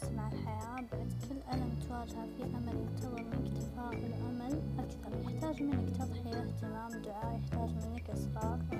تتنافس مع الحياة، بعد كل ألم تواجهه في أمل ينتظر منك تفاؤل وأمل أكثر، يحتاج منك تضحية، اهتمام، دعاء، يحتاج منك إصرار